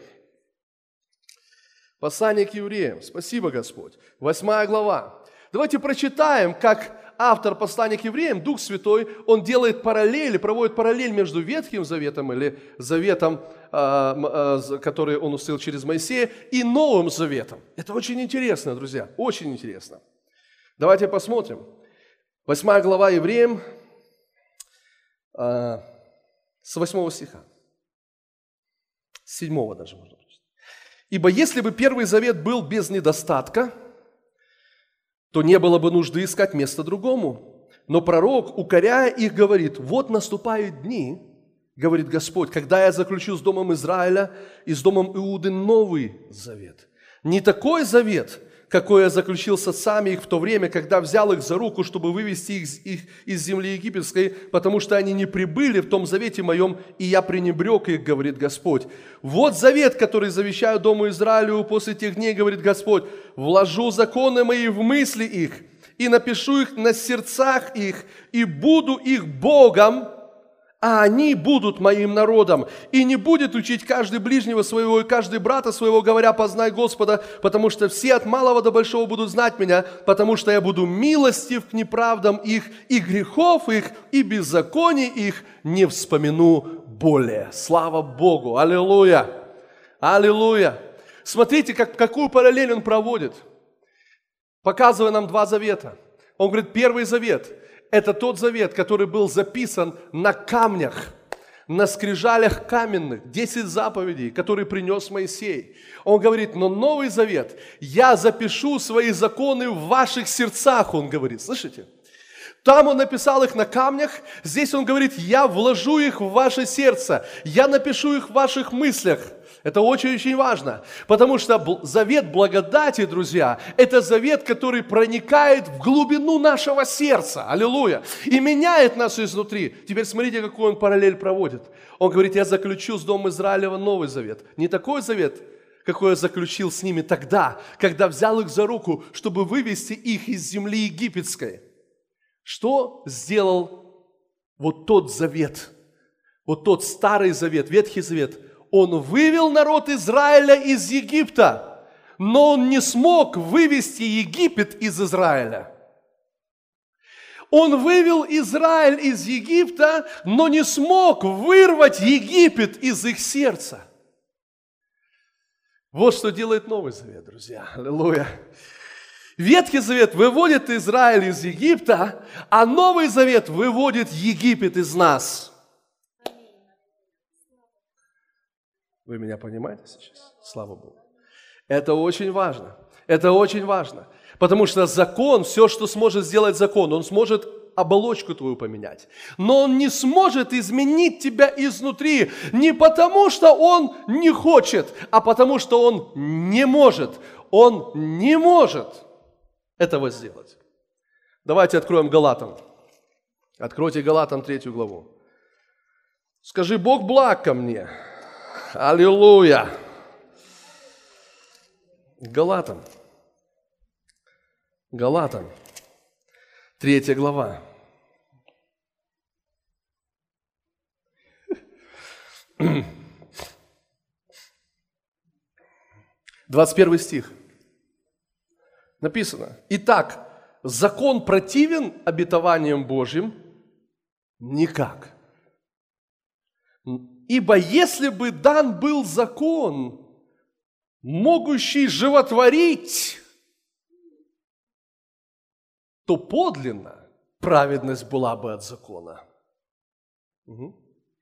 Послание к евреям. Спасибо, Господь. Восьмая глава. Давайте прочитаем, как автор послания к евреям, Дух Святой, он делает параллель, проводит параллель между Ветхим Заветом или Заветом, который он установил через Моисея, и Новым Заветом. Это очень интересно, друзья, очень интересно. Давайте посмотрим. Восьмая глава евреям, с восьмого стиха. С седьмого даже можно прочитать. «Ибо если бы Первый Завет был без недостатка, то не было бы нужды искать место другому. Но пророк, укоряя их, говорит, вот наступают дни, говорит Господь, когда я заключу с домом Израиля и с домом Иуды новый завет. Не такой завет, какой я заключил с отцами их в то время, когда взял их за руку, чтобы вывести их, их из земли египетской, потому что они не прибыли в том завете моем, и я пренебрег их, говорит Господь. Вот завет, который завещаю дому Израилю после тех дней, говорит Господь, вложу законы мои в мысли их, и напишу их на сердцах их, и буду их Богом, а они будут моим народом. И не будет учить каждый ближнего своего и каждый брата своего, говоря, познай Господа, потому что все от малого до большого будут знать меня, потому что я буду милостив к неправдам их, и грехов их, и беззаконий их не вспомину более. Слава Богу! Аллилуйя! Аллилуйя! Смотрите, как, какую параллель он проводит, показывая нам два завета. Он говорит, Первый Завет – это тот завет, который был записан на камнях, на скрижалях каменных, десять заповедей, которые принес Моисей. Он говорит, но Новый Завет, я запишу свои законы в ваших сердцах, он говорит, слышите? Там он написал их на камнях, здесь он говорит, я вложу их в ваше сердце, я напишу их в ваших мыслях. Это очень-очень важно, потому что завет благодати, друзья, это завет, который проникает в глубину нашего сердца, аллилуйя, и меняет нас изнутри. Теперь смотрите, какую он параллель проводит. Он говорит, я заключу с домом Израилева новый завет. Не такой завет, какой я заключил с ними тогда, когда взял их за руку, чтобы вывести их из земли египетской. Что сделал вот тот завет, вот тот старый завет, Ветхий Завет? Он вывел народ Израиля из Египта, но он не смог вывести Египет из Израиля. Он вывел Израиль из Египта, но не смог вырвать Египет из их сердца. Вот что делает Новый Завет, друзья. Аллилуйя. Ветхий Завет выводит Израиль из Египта, а Новый Завет выводит Египет из нас. Вы меня понимаете сейчас? Слава Богу. Это очень важно. Это очень важно. Потому что закон, все, что сможет сделать закон, он сможет оболочку твою поменять. Но он не сможет изменить тебя изнутри. Не потому, что он не хочет, а потому, что он не может. Он не может этого сделать. Давайте откроем Галатам. Откройте Галатам третью главу. Скажи: Бог благ ко мне. Аллилуйя. Галатам. Галатам. Третья глава. двадцать первый стих. Написано: Итак, закон противен обетованиям Божьим? Никак. Ибо если бы дан был закон, могущий животворить, то подлинно праведность была бы от закона. Угу.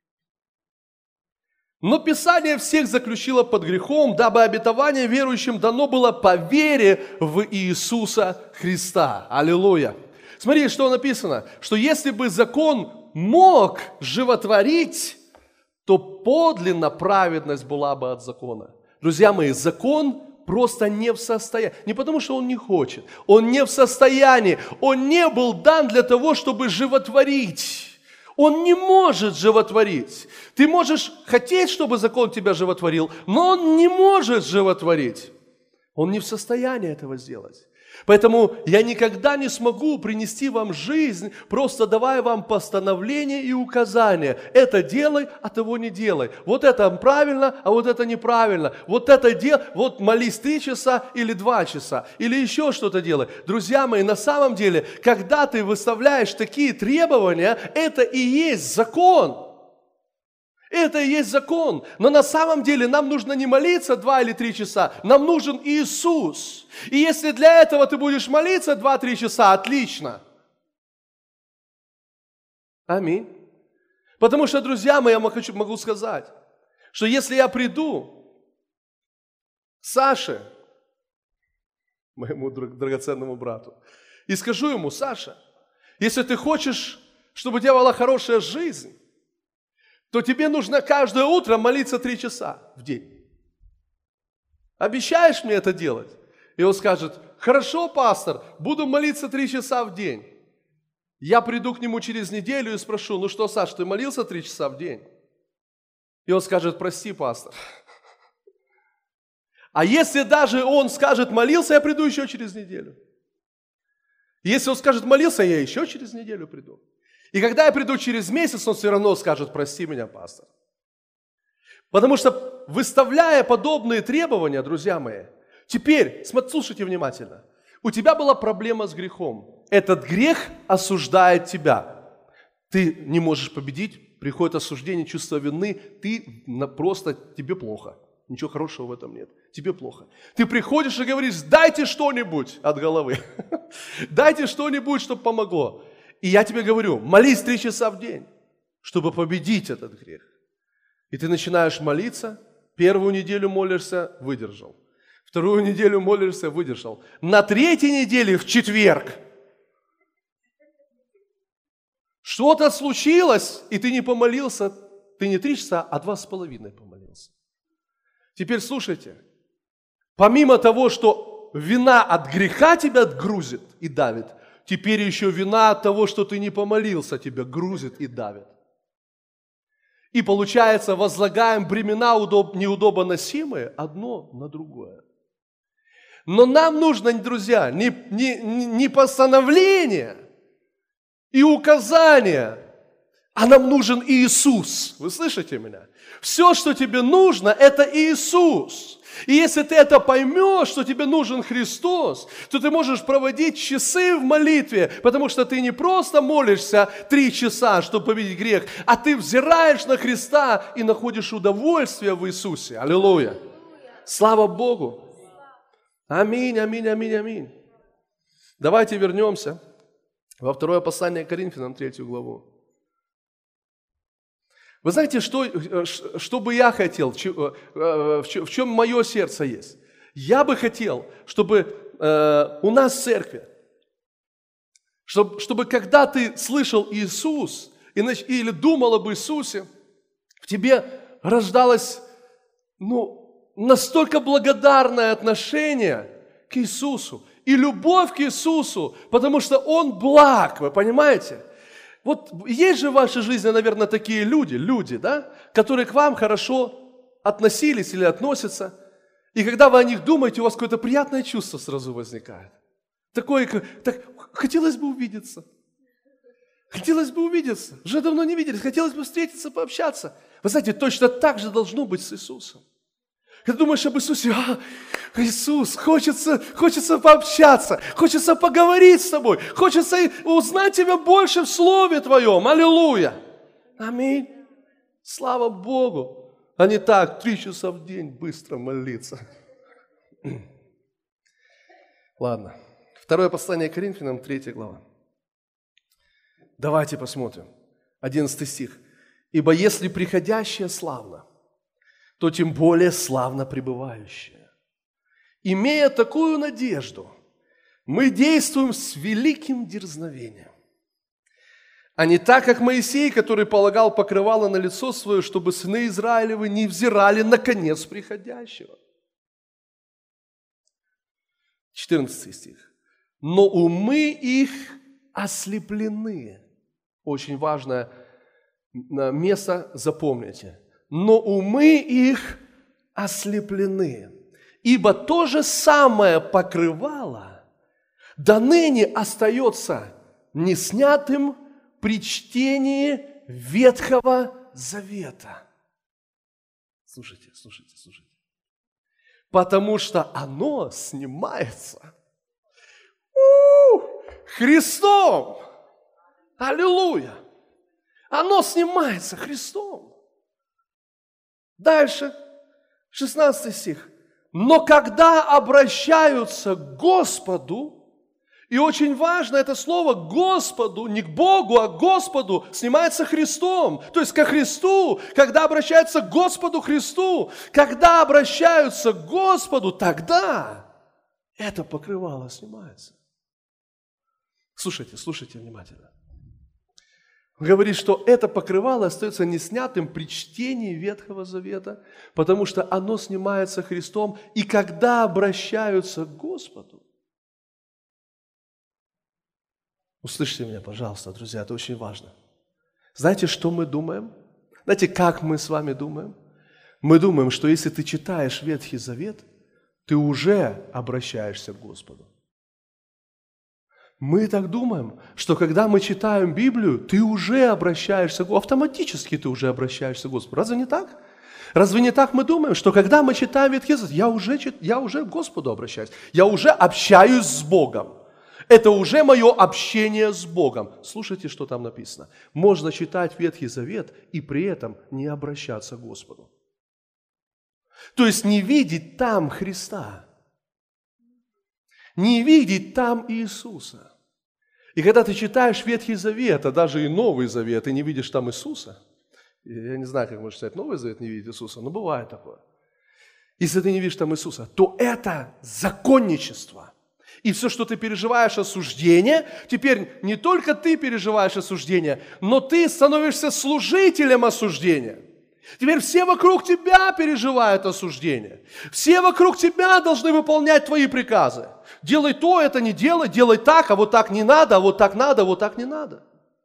Но Писание всех заключило под грехом, дабы обетование верующим дано было по вере в Иисуса Христа. Аллилуйя. Смотрите, что написано, что если бы закон мог животворить, то подлинно праведность была бы от закона. Друзья мои, закон просто не в состоянии, не потому что он не хочет, он не в состоянии, он не был дан для того, чтобы животворить. Он не может животворить. Ты можешь хотеть, чтобы закон тебя животворил, но он не может животворить. Он не в состоянии этого сделать. Поэтому я никогда не смогу принести вам жизнь, просто давая вам постановления и указания. Это делай, а того не делай. Вот это правильно, а вот это неправильно. Вот это делай, вот молись три часа или два часа, или еще что-то делай. Друзья мои, на самом деле, когда ты выставляешь такие требования, это и есть закон. Это и есть закон. Но на самом деле нам нужно не молиться два или три часа, нам нужен Иисус. И если для этого ты будешь молиться два-три часа, отлично. Аминь. Потому что, друзья мои, я могу сказать, что если я приду к Саше, моему драгоценному брату, и скажу ему: Саша, если ты хочешь, чтобы у тебя была хорошая жизнь, то тебе нужно каждое утро молиться три часа в день. Обещаешь мне это делать? И он скажет: хорошо, пастор, буду молиться три часа в день. Я приду к нему через неделю и спрошу: ну что, Саш, ты молился три часа в день? И он скажет: прости, пастор. А если даже он скажет: молился, я приду еще через неделю. Если он скажет: молился, я еще через неделю приду. И когда я приду через месяц, он все равно скажет: прости меня, пастор. Потому что, выставляя подобные требования, друзья мои, теперь, слушайте внимательно, у тебя была проблема с грехом. Этот грех осуждает тебя. Ты не можешь победить, приходит осуждение, чувство вины, ты просто, тебе плохо. Ничего хорошего в этом нет. Тебе плохо. Ты приходишь и говоришь: дайте что-нибудь от головы. Дайте что-нибудь, чтобы помогло. И я тебе говорю: молись три часа в день, чтобы победить этот грех. И ты начинаешь молиться, первую неделю молишься, выдержал. Вторую неделю молишься, выдержал. На третьей неделе, в четверг, что-то случилось, и ты не помолился, ты не три часа, а два с половиной помолился. Теперь слушайте, помимо того, что вина от греха тебя грузит и давит, теперь еще вина от того, что ты не помолился, тебя грузит и давит. И получается, возлагаем бремена удоб, неудобоносимые одно на другое. Но нам нужно, друзья, не, не, не постановление и указания, а нам нужен Иисус. Вы слышите меня? Все, что тебе нужно, это Иисус. И если ты это поймешь, что тебе нужен Христос, то ты можешь проводить часы в молитве, потому что ты не просто молишься три часа, чтобы победить грех, а ты взираешь на Христа и находишь удовольствие в Иисусе. Аллилуйя. Слава Богу. Аминь, аминь, аминь, аминь. Давайте вернемся во второе послание к Коринфянам, третью главу. Вы знаете, что, что бы я хотел, в чем мое сердце есть? Я бы хотел, чтобы у нас в церкви, чтобы, чтобы когда ты слышал Иисус или думал об Иисусе, в тебе рождалось ну, настолько благодарное отношение к Иисусу и любовь к Иисусу, потому что Он благ, вы понимаете? Вот есть же в вашей жизни, наверное, такие люди, люди, да, которые к вам хорошо относились или относятся, и когда вы о них думаете, у вас какое-то приятное чувство сразу возникает. Такое, так, хотелось бы увидеться. Хотелось бы увидеться. Уже давно не виделись. Хотелось бы встретиться, пообщаться. Вы знаете, точно так же должно быть с Иисусом. Когда думаешь об Иисусе, а, Иисус, хочется, хочется пообщаться, хочется поговорить с тобой, хочется узнать Тебя больше в Слове Твоем. Аллилуйя. Аминь. Слава Богу. А не так, три часа в день быстро молиться. Ладно. Второе послание к Коринфянам, третья глава. Давайте посмотрим. Одиннадцатый стих. «Ибо если приходящее славно, то тем более славно пребывающее. Имея такую надежду, мы действуем с великим дерзновением, а не так, как Моисей, который полагал покрывало на лицо свое, чтобы сыны Израилевы не взирали на конец приходящего». четырнадцатый стих. «Но умы их ослеплены». Очень важное место, запомните. «Но умы их ослеплены, ибо то же самое покрывало до ныне остается неснятым при чтении Ветхого Завета». Слушайте, слушайте, слушайте. Потому что оно снимается У-у-у, Христом. Аллилуйя. Оно снимается Христом. Дальше, шестнадцатый стих. «Но когда обращаются к Господу», и очень важно это слово «Господу», не к Богу, а к Господу, снимается Христом. То есть ко Христу, когда обращаются к Господу Христу, когда обращаются к Господу, тогда это покрывало снимается. Слушайте, слушайте внимательно. Говорит, что это покрывало остается неснятым при чтении Ветхого Завета, потому что оно снимается Христом, и когда обращаются к Господу. Услышьте меня, пожалуйста, друзья, это очень важно. Знаете, что мы думаем? Знаете, как мы с вами думаем? Мы думаем, что если ты читаешь Ветхий Завет, ты уже обращаешься к Господу. Мы так думаем, что когда мы читаем Библию, ты уже обращаешься к Господу, автоматически ты уже обращаешься к Господу. Разве не так? Разве не так мы думаем, что когда мы читаем Ветхий Завет, я уже, я уже к Господу обращаюсь, я уже общаюсь с Богом. Это уже мое общение с Богом. Слушайте, что там написано. Можно читать Ветхий Завет и при этом не обращаться к Господу. То есть не видеть там Христа. Не видеть там Иисуса. И когда ты читаешь Ветхий Завет, а даже и Новый Завет, и не видишь там Иисуса, я не знаю, как можно читать Новый Завет, не видеть Иисуса, но бывает такое. Если ты не видишь там Иисуса, то это законничество. И все, что ты переживаешь осуждение, теперь не только ты переживаешь осуждение, но ты становишься служителем осуждения. Теперь все вокруг тебя переживают осуждение. Все вокруг тебя должны выполнять твои приказы. Делай то, это не делай, делай так, а вот так не надо, а вот так надо, а вот так не надо.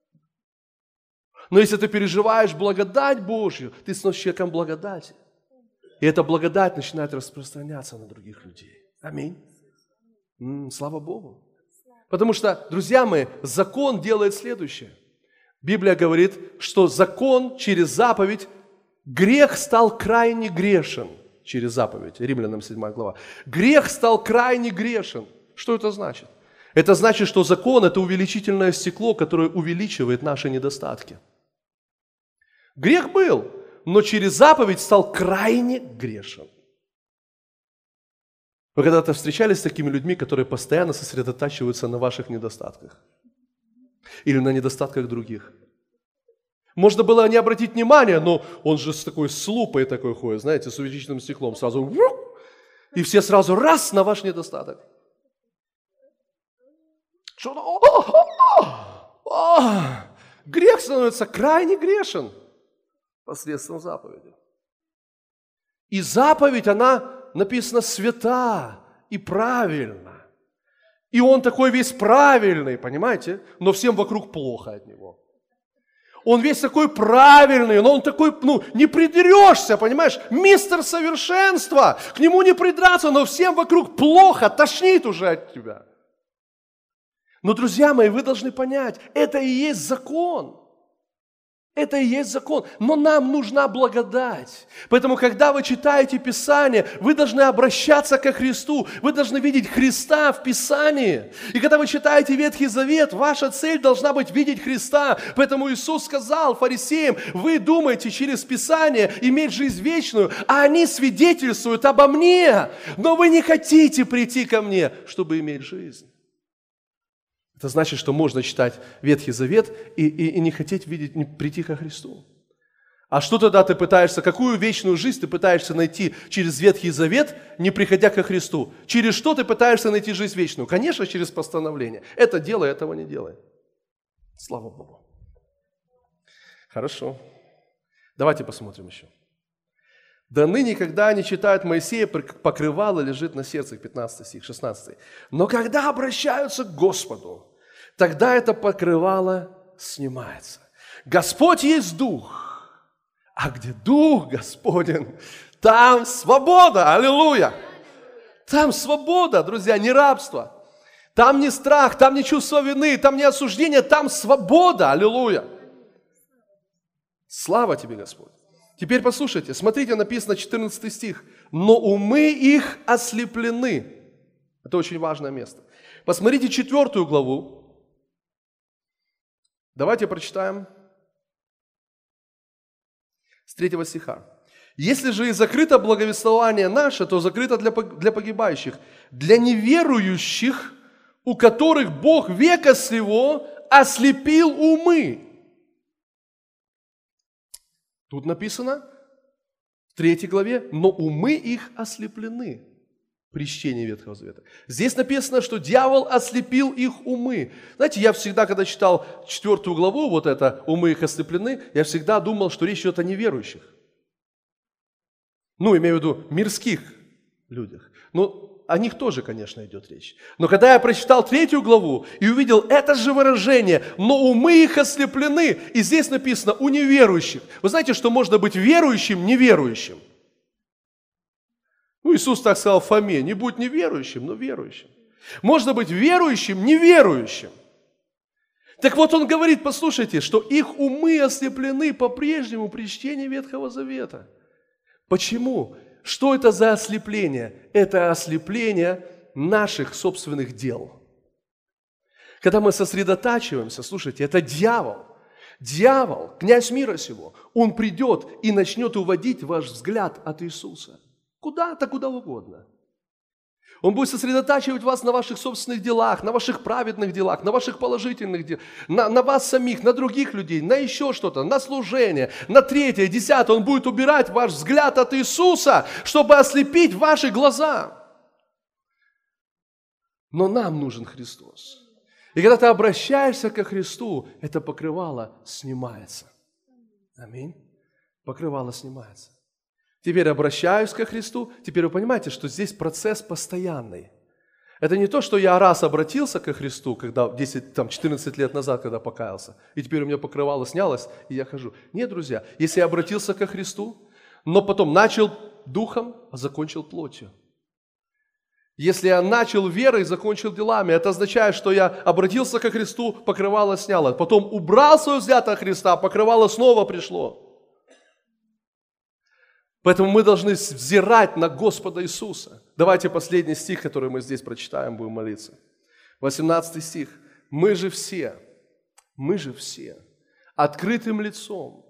Но если ты переживаешь благодать Божью, ты становишься человеком благодати. И эта благодать начинает распространяться на других людей. Аминь. М-м, слава Богу. Потому что, друзья мои, закон делает следующее. Библия говорит, что закон через заповедь, грех стал крайне грешен через заповедь. Римлянам седьмая глава. Грех стал крайне грешен. Что это значит? Это значит, что закон – это увеличительное стекло, которое увеличивает наши недостатки. Грех был, но через заповедь стал крайне грешен. Вы когда-то встречались с такими людьми, которые постоянно сосредотачиваются на ваших недостатках? Или на недостатках других? Можно было не обратить внимания, но он же с такой с лупой такой ходит, знаете, с увеличительным стеклом, сразу, и все сразу раз на ваш недостаток. Что-то, о, о, о, грех становится крайне грешен посредством заповеди. И заповедь, она написана свята и правильна. И он такой весь правильный, понимаете? Но всем вокруг плохо от него. Он весь такой правильный, но он такой, ну, не придерешься, понимаешь? Мистер совершенства, к нему не придраться, но всем вокруг плохо, тошнит уже от тебя. Но, друзья мои, вы должны понять, это и есть закон. Это и есть закон, но нам нужна благодать. Поэтому, когда вы читаете Писание, вы должны обращаться ко Христу, вы должны видеть Христа в Писании. И когда вы читаете Ветхий Завет, ваша цель должна быть видеть Христа. Поэтому Иисус сказал фарисеям: вы думаете через Писание иметь жизнь вечную, а они свидетельствуют обо мне, но вы не хотите прийти ко мне, чтобы иметь жизнь. Это значит, что можно читать Ветхий Завет и, и, и не хотеть видеть, не прийти ко Христу. А что тогда ты пытаешься, какую вечную жизнь ты пытаешься найти через Ветхий Завет, не приходя ко Христу? Через что ты пытаешься найти жизнь вечную? Конечно, через постановление. Это делай, этого не делай. Слава Богу. Хорошо. Давайте посмотрим еще. Да ныне, когда они читают Моисея, покрывало лежит на сердце, пятнадцатый стих, шестнадцатый. Но когда обращаются к Господу, тогда это покрывало снимается. Господь есть Дух, а где Дух Господень, там свобода, аллилуйя. Там свобода, друзья, не рабство. Там не страх, там не чувство вины, там не осуждение, там свобода, аллилуйя. Слава тебе, Господь. Теперь послушайте, смотрите, написано четырнадцатый стих. Но умы их ослеплены. Это очень важное место. Посмотрите четвертую главу. Давайте прочитаем с третьего стиха. Если же и закрыто благовествование наше, то закрыто для, для погибающих, для неверующих, у которых Бог века сего ослепил умы. Тут написано в третьей главе, но умы их ослеплены при чтении Ветхого Завета. Здесь написано, что дьявол ослепил их умы. Знаете, я всегда, когда читал четвертую главу, вот это «умы их ослеплены», я всегда думал, что речь идет о неверующих. Ну, имею в виду мирских людях. Ну, о них тоже, конечно, идет речь. Но когда я прочитал третью главу и увидел это же выражение, но умы их ослеплены, и здесь написано у неверующих. Вы знаете, что можно быть верующим, неверующим? Ну, Иисус так сказал Фоме: не будь неверующим, но верующим. Можно быть верующим, неверующим. Так вот он говорит, послушайте, что их умы ослеплены по-прежнему при чтении Ветхого Завета. Почему? Что это за ослепление? Это ослепление наших собственных дел. Когда мы сосредотачиваемся, слушайте, это дьявол. Дьявол, князь мира сего, он придет и начнет уводить ваш взгляд от Иисуса. Куда-то, куда угодно. Он будет сосредотачивать вас на ваших собственных делах, на ваших праведных делах, на ваших положительных делах, на, на вас самих, на других людей, на еще что-то, на служение, на третье, десятое. Он будет убирать ваш взгляд от Иисуса, чтобы ослепить ваши глаза. Но нам нужен Христос. И когда ты обращаешься ко Христу, это покрывало снимается. Аминь. Покрывало снимается. Теперь обращаюсь ко Христу. Теперь вы понимаете, что здесь процесс постоянный. Это не то, что я раз обратился ко Христу, когда десять, там, четырнадцать лет назад, когда покаялся, и теперь у меня покрывало снялось, и я хожу. Нет, друзья, если я обратился ко Христу, но потом начал духом, а закончил плотью. Если я начал верой, закончил делами, это означает, что я обратился ко Христу, покрывало снялось. Потом убрал свой взгляд от Христа, покрывало снова пришло. Поэтому мы должны взирать на Господа Иисуса. Давайте последний стих, который мы здесь прочитаем, будем молиться. восемнадцатый стих. Мы же все, мы же все открытым лицом,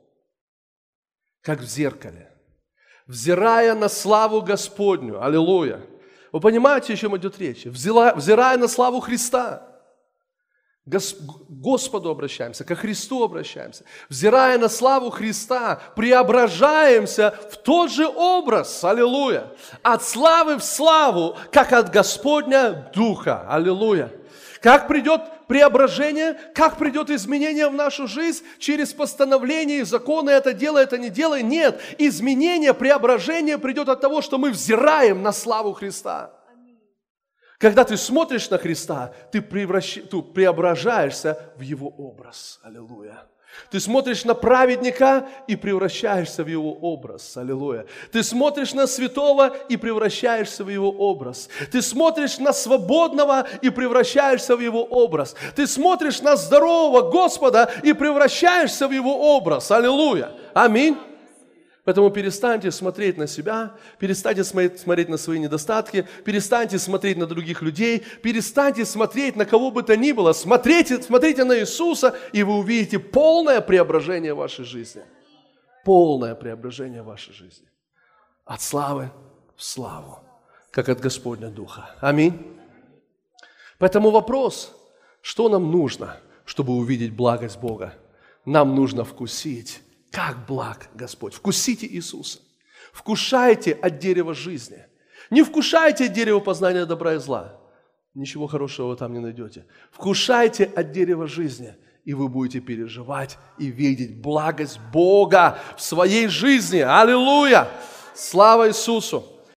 как в зеркале, взирая на славу Господню, аллилуйя, Вы понимаете, о чем идет речь? Взяла, взирая на славу Христа, к Господу обращаемся, ко Христу обращаемся. Взирая на славу Христа, преображаемся в тот же образ, аллилуйя, от славы в славу, как от Господня Духа, аллилуйя. Как придет преображение, как придет изменение в нашу жизнь через постановление и законы, это делай, это не делай. Нет, изменение, преображение придет от того, что мы взираем на славу Христа. Когда ты смотришь на Христа, ты, превращ... ты преображаешься в Его образ. Аллилуйя. Ты смотришь на праведника и превращаешься в его образ. Аллилуйя. Ты смотришь на святого и превращаешься в его образ. Ты смотришь на свободного и превращаешься в его образ. Ты смотришь на здорового Господа и превращаешься в его образ. Аллилуйя. Аминь. Поэтому перестаньте смотреть на себя, перестаньте смотреть на свои недостатки, перестаньте смотреть на других людей, перестаньте смотреть на кого бы то ни было. Смотрите, смотрите на Иисуса, и вы увидите полное преображение в вашей жизни. Полное преображение в вашей жизни. От славы в славу, как от Господня Духа. Аминь. Поэтому вопрос, что нам нужно, чтобы увидеть благость Бога? Нам нужно вкусить, как благ Господь. Вкусите Иисуса. Вкушайте от дерева жизни. Не вкушайте от дерева познания добра и зла. Ничего хорошего вы там не найдете. Вкушайте от дерева жизни, и вы будете переживать и видеть благость Бога в своей жизни. Аллилуйя! Слава Иисусу!